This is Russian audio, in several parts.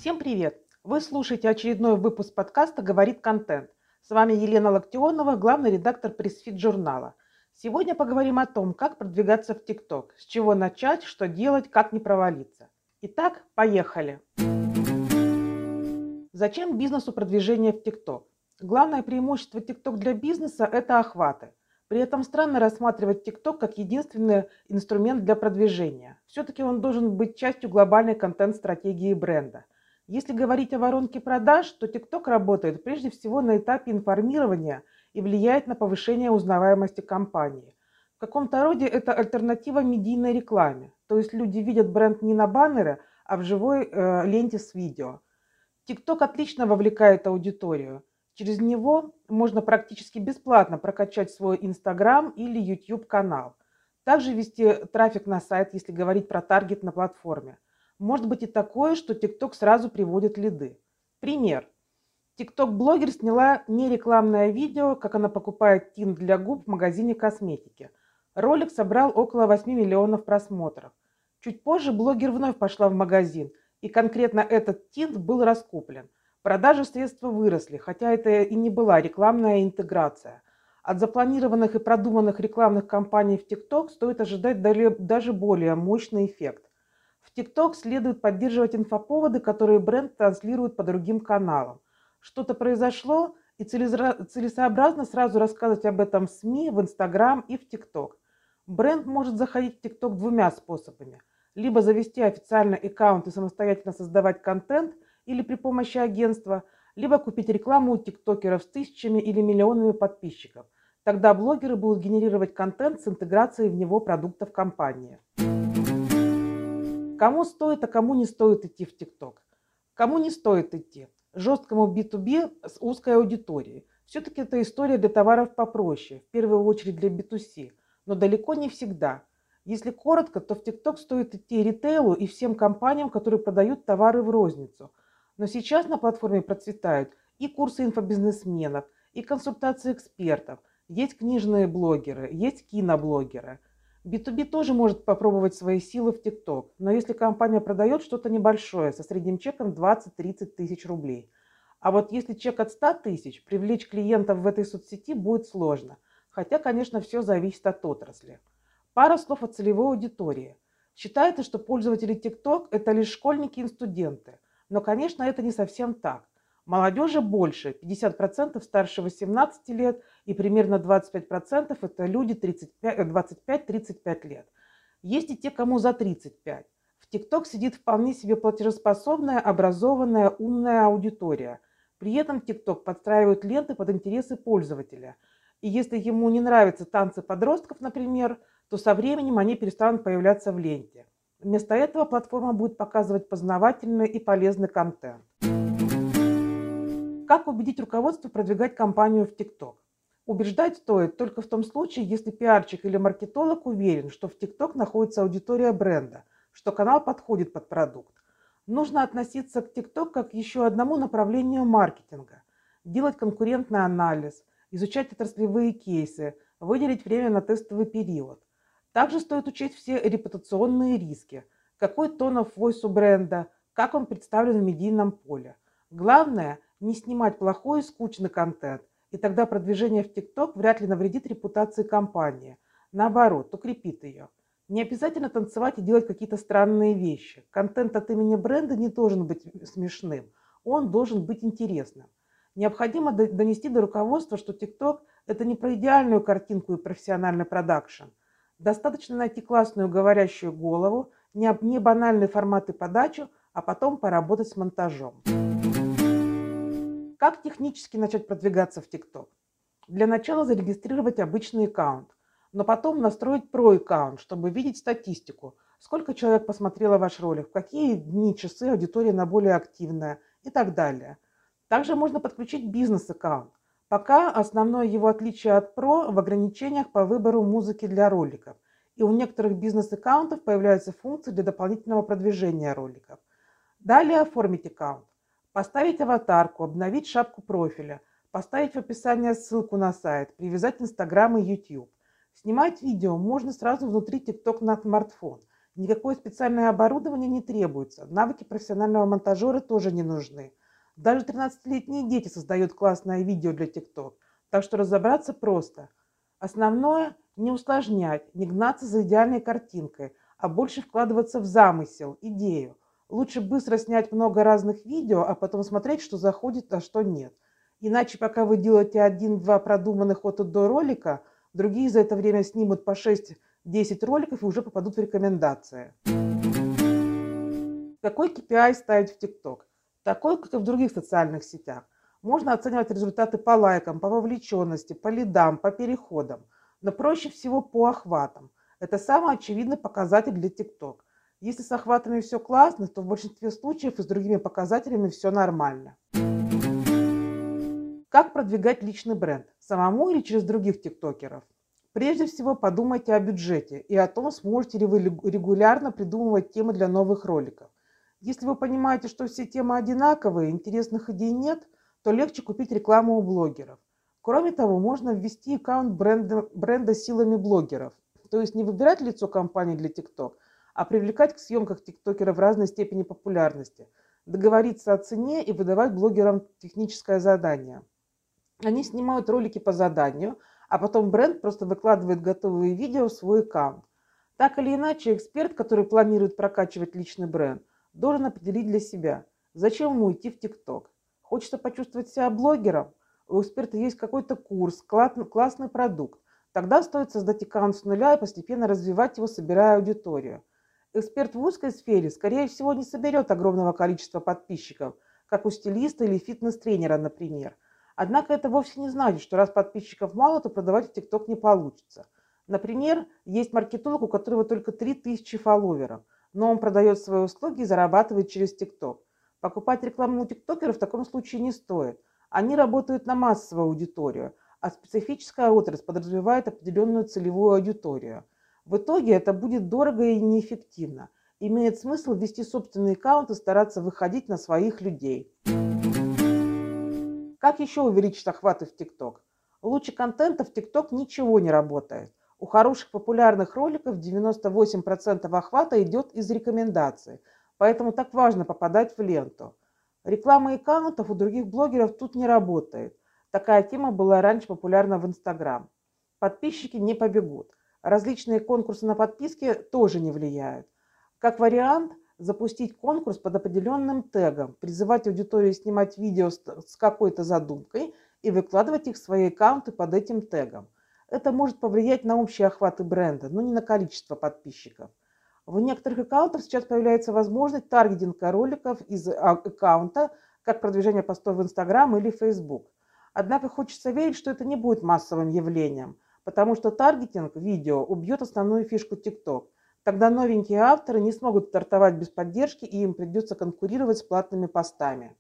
Всем привет! Вы слушаете очередной выпуск подкаста «Говорит контент». С вами Елена Локтионова, главный редактор пресс-фит журнала. Сегодня поговорим о том, как продвигаться в TikTok, с чего начать, что делать, как не провалиться. Итак, поехали! Зачем бизнесу продвижение в TikTok? Главное преимущество TikTok для бизнеса – это охваты. При этом странно рассматривать TikTok как единственный инструмент для продвижения. Все-таки он должен быть частью глобальной контент-стратегии бренда. Если говорить о воронке продаж, то TikTok работает прежде всего на этапе информирования и влияет на повышение узнаваемости компании. В каком-то роде это альтернатива медийной рекламе. То есть люди видят бренд не на баннере, а в живой ленте с видео. TikTok отлично вовлекает аудиторию. Через него можно практически бесплатно прокачать свой Instagram или YouTube канал. Также вести трафик на сайт, если говорить про таргет на платформе. Может быть и такое, что TikTok сразу приводит лиды. Пример. TikTok-блогер сняла нерекламное видео, как она покупает тинт для губ в магазине косметики. Ролик собрал около 8 миллионов просмотров. Чуть позже блогер вновь пошла в магазин, и конкретно этот тинт был раскуплен. Продажи средства выросли, хотя это и не была рекламная интеграция. От запланированных и продуманных рекламных кампаний в TikTok стоит ожидать даже более мощный эффект. В TikTok следует поддерживать инфоповоды, которые бренд транслирует по другим каналам. Что-то произошло, и целесообразно сразу рассказывать об этом в СМИ, в Instagram и в TikTok. Бренд может заходить в TikTok двумя способами. Либо завести официальный аккаунт и самостоятельно создавать контент, или при помощи агентства, либо купить рекламу у тиктокеров с тысячами или миллионами подписчиков. Тогда блогеры будут генерировать контент с интеграцией в него продуктов компании. Кому стоит, а кому не стоит идти в TikTok? Кому не стоит идти? Жесткому B2B с узкой аудиторией. Все-таки это история для товаров попроще, в первую очередь для B2C, но далеко не всегда. Если коротко, то в TikTok стоит идти ритейлу и всем компаниям, которые продают товары в розницу. Но сейчас на платформе процветают и курсы инфобизнесменов, и консультации экспертов, есть книжные блогеры, есть киноблогеры. B2B тоже может попробовать свои силы в TikTok, но если компания продает что-то небольшое со средним чеком 20-30 тысяч рублей. А вот если чек от 100 тысяч, привлечь клиентов в этой соцсети будет сложно. Хотя, конечно, все зависит от отрасли. Пара слов о целевой аудитории. Считается, что пользователи TikTok – это лишь школьники и студенты. Но, конечно, это не совсем так. Молодежи больше, 50% старше 18 лет и примерно 25% это люди 25-35 лет. Есть и те, кому за 35. В TikTok сидит вполне себе платежеспособная, образованная, умная аудитория. При этом TikTok подстраивает ленты под интересы пользователя. И если ему не нравятся танцы подростков, например, то со временем они перестанут появляться в ленте. Вместо этого платформа будет показывать познавательный и полезный контент. Как убедить руководство продвигать компанию в TikTok? Убеждать стоит только в том случае, если пиарщик или маркетолог уверен, что в TikTok находится аудитория бренда, что канал подходит под продукт. Нужно относиться к TikTok как к еще одному направлению маркетинга, делать конкурентный анализ, изучать отраслевые кейсы, выделить время на тестовый период. Также стоит учесть все репутационные риски, какой тон of voice у бренда, как он представлен в медийном поле. Главное – не снимать плохой и скучный контент, и тогда продвижение в TikTok вряд ли навредит репутации компании. Наоборот, укрепит ее. Не обязательно танцевать и делать какие-то странные вещи. Контент от имени бренда не должен быть смешным, он должен быть интересным. Необходимо донести до руководства, что TikTok – это не про идеальную картинку и профессиональный продакшн. Достаточно найти классную говорящую голову, не банальные форматы подачи, а потом поработать с монтажом. Как технически начать продвигаться в TikTok? Для начала зарегистрировать обычный аккаунт, но потом настроить про-аккаунт, чтобы видеть статистику, сколько человек посмотрело ваш ролик, в какие дни, часы аудитория наиболее активная и так далее. Также можно подключить бизнес-аккаунт. Пока основное его отличие от про в ограничениях по выбору музыки для роликов. И у некоторых бизнес-аккаунтов появляются функции для дополнительного продвижения роликов. Далее оформить аккаунт. Поставить аватарку, обновить шапку профиля, поставить в описании ссылку на сайт, привязать Instagram и YouTube. Снимать видео можно сразу внутри TikTok на смартфон. Никакое специальное оборудование не требуется, навыки профессионального монтажера тоже не нужны. Даже 13-летние дети создают классное видео для TikTok, так что разобраться просто. Основное – не усложнять, не гнаться за идеальной картинкой, а больше вкладываться в замысел, идею. Лучше быстро снять много разных видео, а потом смотреть, что заходит, а что нет. Иначе, пока вы делаете один-два продуманных от и до ролика, другие за это время снимут по 6-10 роликов и уже попадут в рекомендации. Какой KPI ставить в TikTok? Такой, как и в других социальных сетях. Можно оценивать результаты по лайкам, по вовлеченности, по лидам, по переходам. Но проще всего по охватам. Это самый очевидный показатель для TikTok. Если с охватами все классно, то в большинстве случаев и с другими показателями все нормально. Как продвигать личный бренд? Самому или через других тиктокеров? Прежде всего подумайте о бюджете и о том, сможете ли вы регулярно придумывать темы для новых роликов. Если вы понимаете, что все темы одинаковые, интересных идей нет, то легче купить рекламу у блогеров. Кроме того, можно ввести аккаунт бренда силами блогеров. То есть не выбирать лицо компании для TikTok, а привлекать к съемкам тиктокера в разной степени популярности, договориться о цене и выдавать блогерам техническое задание. Они снимают ролики по заданию, а потом бренд просто выкладывает готовые видео в свой аккаунт. Так или иначе, эксперт, который планирует прокачивать личный бренд, должен определить для себя, зачем ему идти в TikTok. Хочется почувствовать себя блогером? У эксперта есть какой-то курс, классный продукт. Тогда стоит создать аккаунт с нуля и постепенно развивать его, собирая аудиторию. Эксперт в узкой сфере, скорее всего, не соберет огромного количества подписчиков, как у стилиста или фитнес-тренера, например. Однако это вовсе не значит, что раз подписчиков мало, то продавать в TikTok не получится. Например, есть маркетолог, у которого только 3000 фолловеров, но он продает свои услуги и зарабатывает через TikTok. Покупать рекламу у тиктокеров в таком случае не стоит. Они работают на массовую аудиторию, а специфическая отрасль подразумевает определенную целевую аудиторию. В итоге это будет дорого и неэффективно. Имеет смысл ввести собственный аккаунт и стараться выходить на своих людей. Как еще увеличить охваты в TikTok? Лучше контента в TikTok ничего не работает. У хороших популярных роликов 98% охвата идет из рекомендаций, поэтому так важно попадать в ленту. Реклама аккаунтов у других блогеров тут не работает. Такая тема была раньше популярна в Instagram. Подписчики не побегут. Различные конкурсы на подписки тоже не влияют. Как вариант, запустить конкурс под определенным тегом, призывать аудиторию снимать видео с какой-то задумкой и выкладывать их в свои аккаунты под этим тегом. Это может повлиять на общие охваты бренда, но не на количество подписчиков. В некоторых аккаунтах сейчас появляется возможность таргетинга роликов из аккаунта, как продвижение постов в Instagram или Facebook. Однако хочется верить, что это не будет массовым явлением, потому что таргетинг видео убьет основную фишку TikTok. Тогда новенькие авторы не смогут стартовать без поддержки, и им придется конкурировать с платными постами.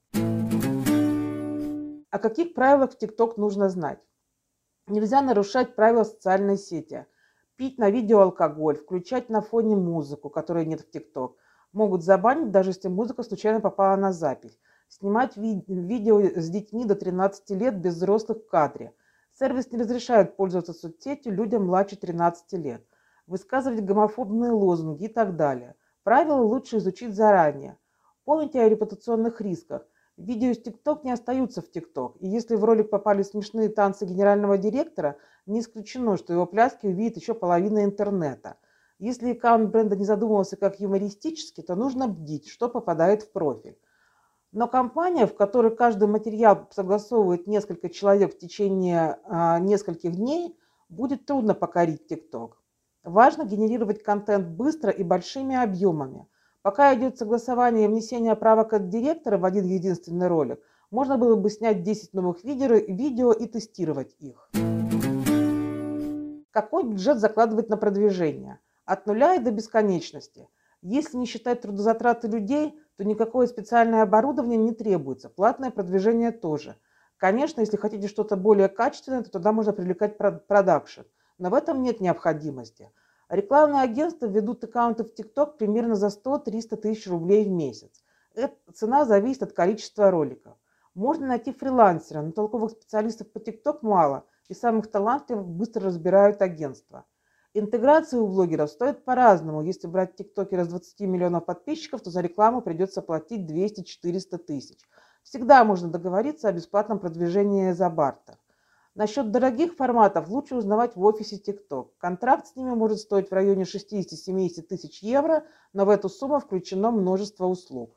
О каких правилах в TikTok нужно знать? Нельзя нарушать правила социальной сети. Пить на видео алкоголь, включать на фоне музыку, которой нет в TikTok. Могут забанить, даже если музыка случайно попала на запись. Снимать видео с детьми до 13 лет без взрослых в кадре. Сервис не разрешает пользоваться соцсетью людям младше 13 лет. Высказывать гомофобные лозунги и так далее. Правила лучше изучить заранее. Помните о репутационных рисках. Видео из TikTok не остаются в TikTok. И если в ролик попали смешные танцы генерального директора, не исключено, что его пляски увидит еще половина интернета. Если аккаунт бренда не задумывался как юмористически, то нужно бдить, что попадает в профиль. Но компания, в которой каждый материал согласовывает несколько человек в течение нескольких дней, будет трудно покорить TikTok. Важно генерировать контент быстро и большими объемами. Пока идет согласование и внесение правок от директора в один единственный ролик, можно было бы снять 10 новых видео и тестировать их. Какой бюджет закладывать на продвижение? От нуля и до бесконечности. Если не считать трудозатраты людей, то никакое специальное оборудование не требуется, платное продвижение тоже. Конечно, если хотите что-то более качественное, то тогда можно привлекать продакшн, но в этом нет необходимости. Рекламные агентства ведут аккаунты в TikTok примерно за 100-300 тысяч рублей в месяц. Эта цена зависит от количества роликов. Можно найти фрилансера, но толковых специалистов по TikTok мало, и самых талантливых быстро разбирают агентства. Интеграция у блогеров стоит по-разному. Если брать тиктокера с 20 миллионов подписчиков, то за рекламу придется платить 200-400 тысяч. Всегда можно договориться о бесплатном продвижении за бартер. Насчет дорогих форматов лучше узнавать в офисе TikTok. Контракт с ними может стоить в районе 60-70 тысяч евро, но в эту сумму включено множество услуг.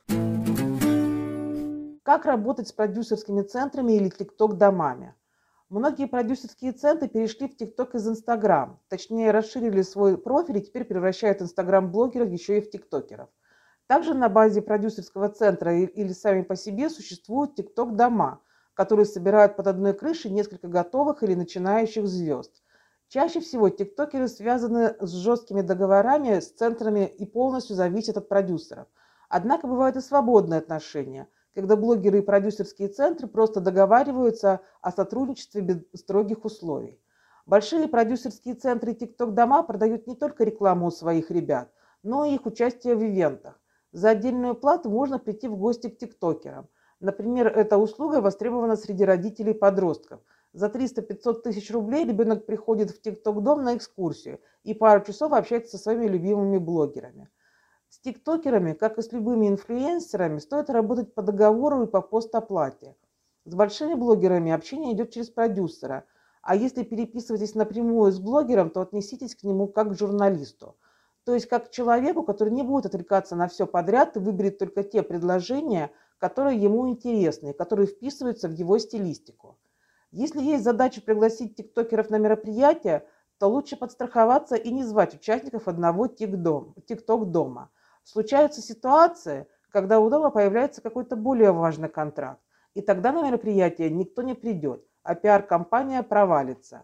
Как работать с продюсерскими центрами или TikTok-домами? Многие продюсерские центры перешли в TikTok из Instagram, точнее расширили свой профиль и теперь превращают Instagram-блогеров еще и в тиктокеров. Также на базе продюсерского центра или сами по себе существуют TikTok-дома, которые собирают под одной крышей несколько готовых или начинающих звезд. Чаще всего тиктокеры связаны с жесткими договорами с центрами и полностью зависят от продюсеров. Однако бывают и свободные отношения, когда блогеры и продюсерские центры просто договариваются о сотрудничестве без строгих условий. Большие продюсерские центры и TikTok-дома продают не только рекламу у своих ребят, но и их участие в ивентах. За отдельную плату можно прийти в гости к тиктокерам. Например, эта услуга востребована среди родителей подростков. За 300-500 тысяч рублей ребенок приходит в TikTok-дом на экскурсию и пару часов общается со своими любимыми блогерами. С тиктокерами, как и с любыми инфлюенсерами, стоит работать по договору и по постоплате. С большими блогерами общение идет через продюсера, а если переписываетесь напрямую с блогером, то отнеситесь к нему как к журналисту. То есть как к человеку, который не будет отвлекаться на все подряд и выберет только те предложения, которые ему интересны, которые вписываются в его стилистику. Если есть задача пригласить тиктокеров на мероприятие, то лучше подстраховаться и не звать участников одного тикток-дома. Случаются ситуации, когда у дома появляется какой-то более важный контракт, и тогда на мероприятие никто не придет, а пиар-компания провалится.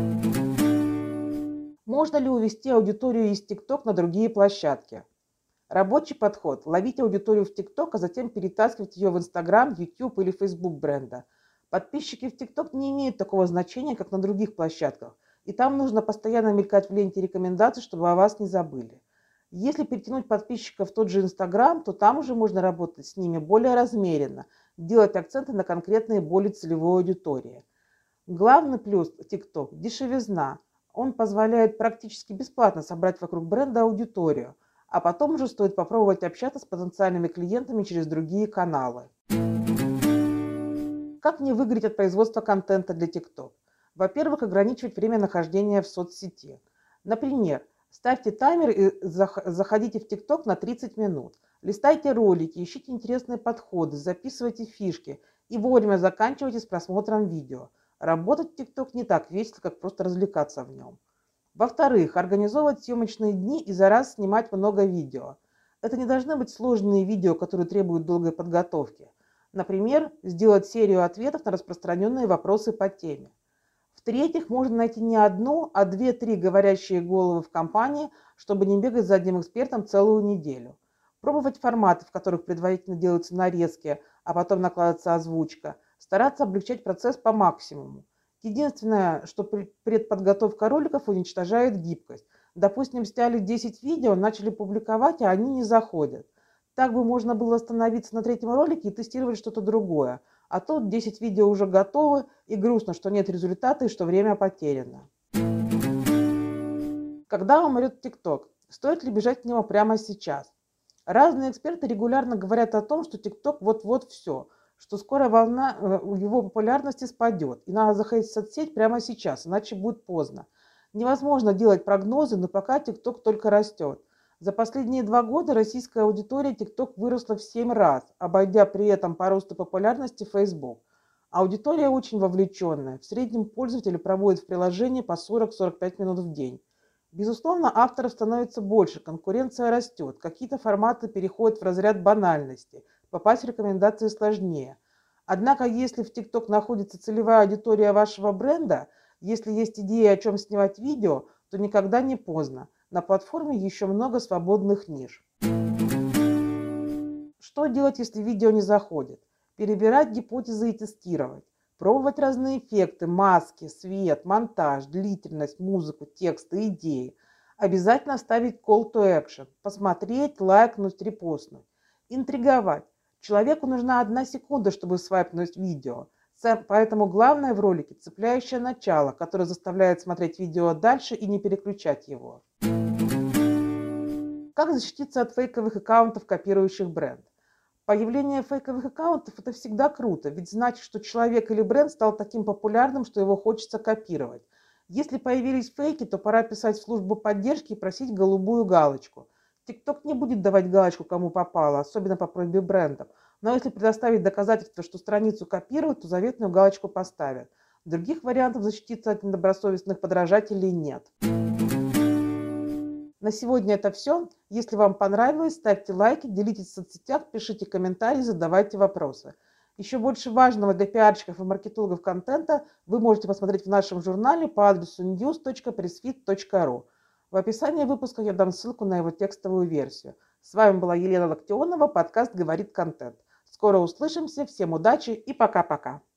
Можно ли увести аудиторию из TikTok на другие площадки? Рабочий подход – ловить аудиторию в TikTok, а затем перетаскивать ее в Instagram, YouTube или Facebook бренда. Подписчики в TikTok не имеют такого значения, как на других площадках, и там нужно постоянно мелькать в ленте рекомендаций, чтобы о вас не забыли. Если перетянуть подписчиков в тот же Instagram, то там уже можно работать с ними более размеренно, делать акценты на конкретные более целевой аудитории. Главный плюс TikTok – дешевизна. Он позволяет практически бесплатно собрать вокруг бренда аудиторию, а потом уже стоит попробовать общаться с потенциальными клиентами через другие каналы. Как не выгореть от производства контента для TikTok? Во-первых, ограничивать время нахождения в соцсети. Например, ставьте таймер и заходите в TikTok на 30 минут. Листайте ролики, ищите интересные подходы, записывайте фишки и вовремя заканчивайте с просмотром видео. Работать в TikTok не так весело, как просто развлекаться в нем. Во-вторых, организовывать съемочные дни и за раз снимать много видео. Это не должны быть сложные видео, которые требуют долгой подготовки. Например, сделать серию ответов на распространенные вопросы по теме. В-третьих, можно найти не одну, а 2-3 говорящие головы в компании, чтобы не бегать за одним экспертом целую неделю. Пробовать форматы, в которых предварительно делаются нарезки, а потом накладывается озвучка. Стараться облегчать процесс по максимуму. Единственное, что предподготовка роликов уничтожает гибкость. Допустим, сняли 10 видео, начали публиковать, а они не заходят. Так бы можно было остановиться на третьем ролике и тестировать что-то другое. А тут 10 видео уже готовы, и грустно, что нет результата и что время потеряно. Когда умрет TikTok? Стоит ли бежать к нему прямо сейчас? Разные эксперты регулярно говорят о том, что TikTok вот-вот все, что скоро волна его популярности спадет, и надо заходить в соцсеть прямо сейчас, иначе будет поздно. Невозможно делать прогнозы, но пока TikTok только растет. За последние 2 года российская аудитория TikTok выросла в 7 раз, обойдя при этом по росту популярности Facebook. Аудитория очень вовлеченная. В среднем пользователи проводят в приложении по 40-45 минут в день. Безусловно, авторов становится больше, конкуренция растет, какие-то форматы переходят в разряд банальности, попасть в рекомендации сложнее. Однако, если в TikTok находится целевая аудитория вашего бренда, если есть идея, о чем снимать видео, то никогда не поздно. На платформе еще много свободных ниш. Что делать, если видео не заходит? Перебирать гипотезы и тестировать. Пробовать разные эффекты, маски, свет, монтаж, длительность, музыку, тексты, идеи. Обязательно ставить call to action. Посмотреть, лайкнуть, репостнуть. Интриговать. Человеку нужна 1 секунда, чтобы свайпнуть видео. Поэтому главное в ролике цепляющее начало, которое заставляет смотреть видео дальше и не переключать его. Как защититься от фейковых аккаунтов, копирующих бренд? Появление фейковых аккаунтов – это всегда круто, ведь значит, что человек или бренд стал таким популярным, что его хочется копировать. Если появились фейки, то пора писать в службу поддержки и просить голубую галочку. TikTok не будет давать галочку кому попало, особенно по просьбе брендов. Но если предоставить доказательства, что страницу копируют, то заветную галочку поставят. Других вариантов защититься от недобросовестных подражателей нет. На сегодня это все. Если вам понравилось, ставьте лайки, делитесь в соцсетях, пишите комментарии, задавайте вопросы. Еще больше важного для пиарщиков и маркетологов контента вы можете посмотреть в нашем журнале по адресу news.pressfit.ru. В описании выпуска я дам ссылку на его текстовую версию. С вами была Елена Локтионова, подкаст «Говорит контент». Скоро услышимся, всем удачи и пока-пока.